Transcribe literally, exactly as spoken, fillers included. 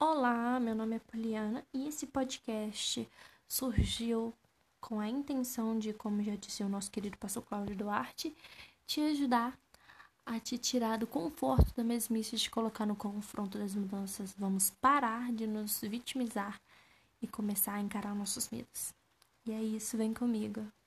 Olá, meu nome é Poliana e esse podcast surgiu com a intenção de, como já disse o nosso querido pastor Cláudio Duarte, te ajudar a te tirar do conforto da mesmice, de colocar no confronto das mudanças. Vamos parar de nos vitimizar e começar a encarar nossos medos. E é isso, vem comigo.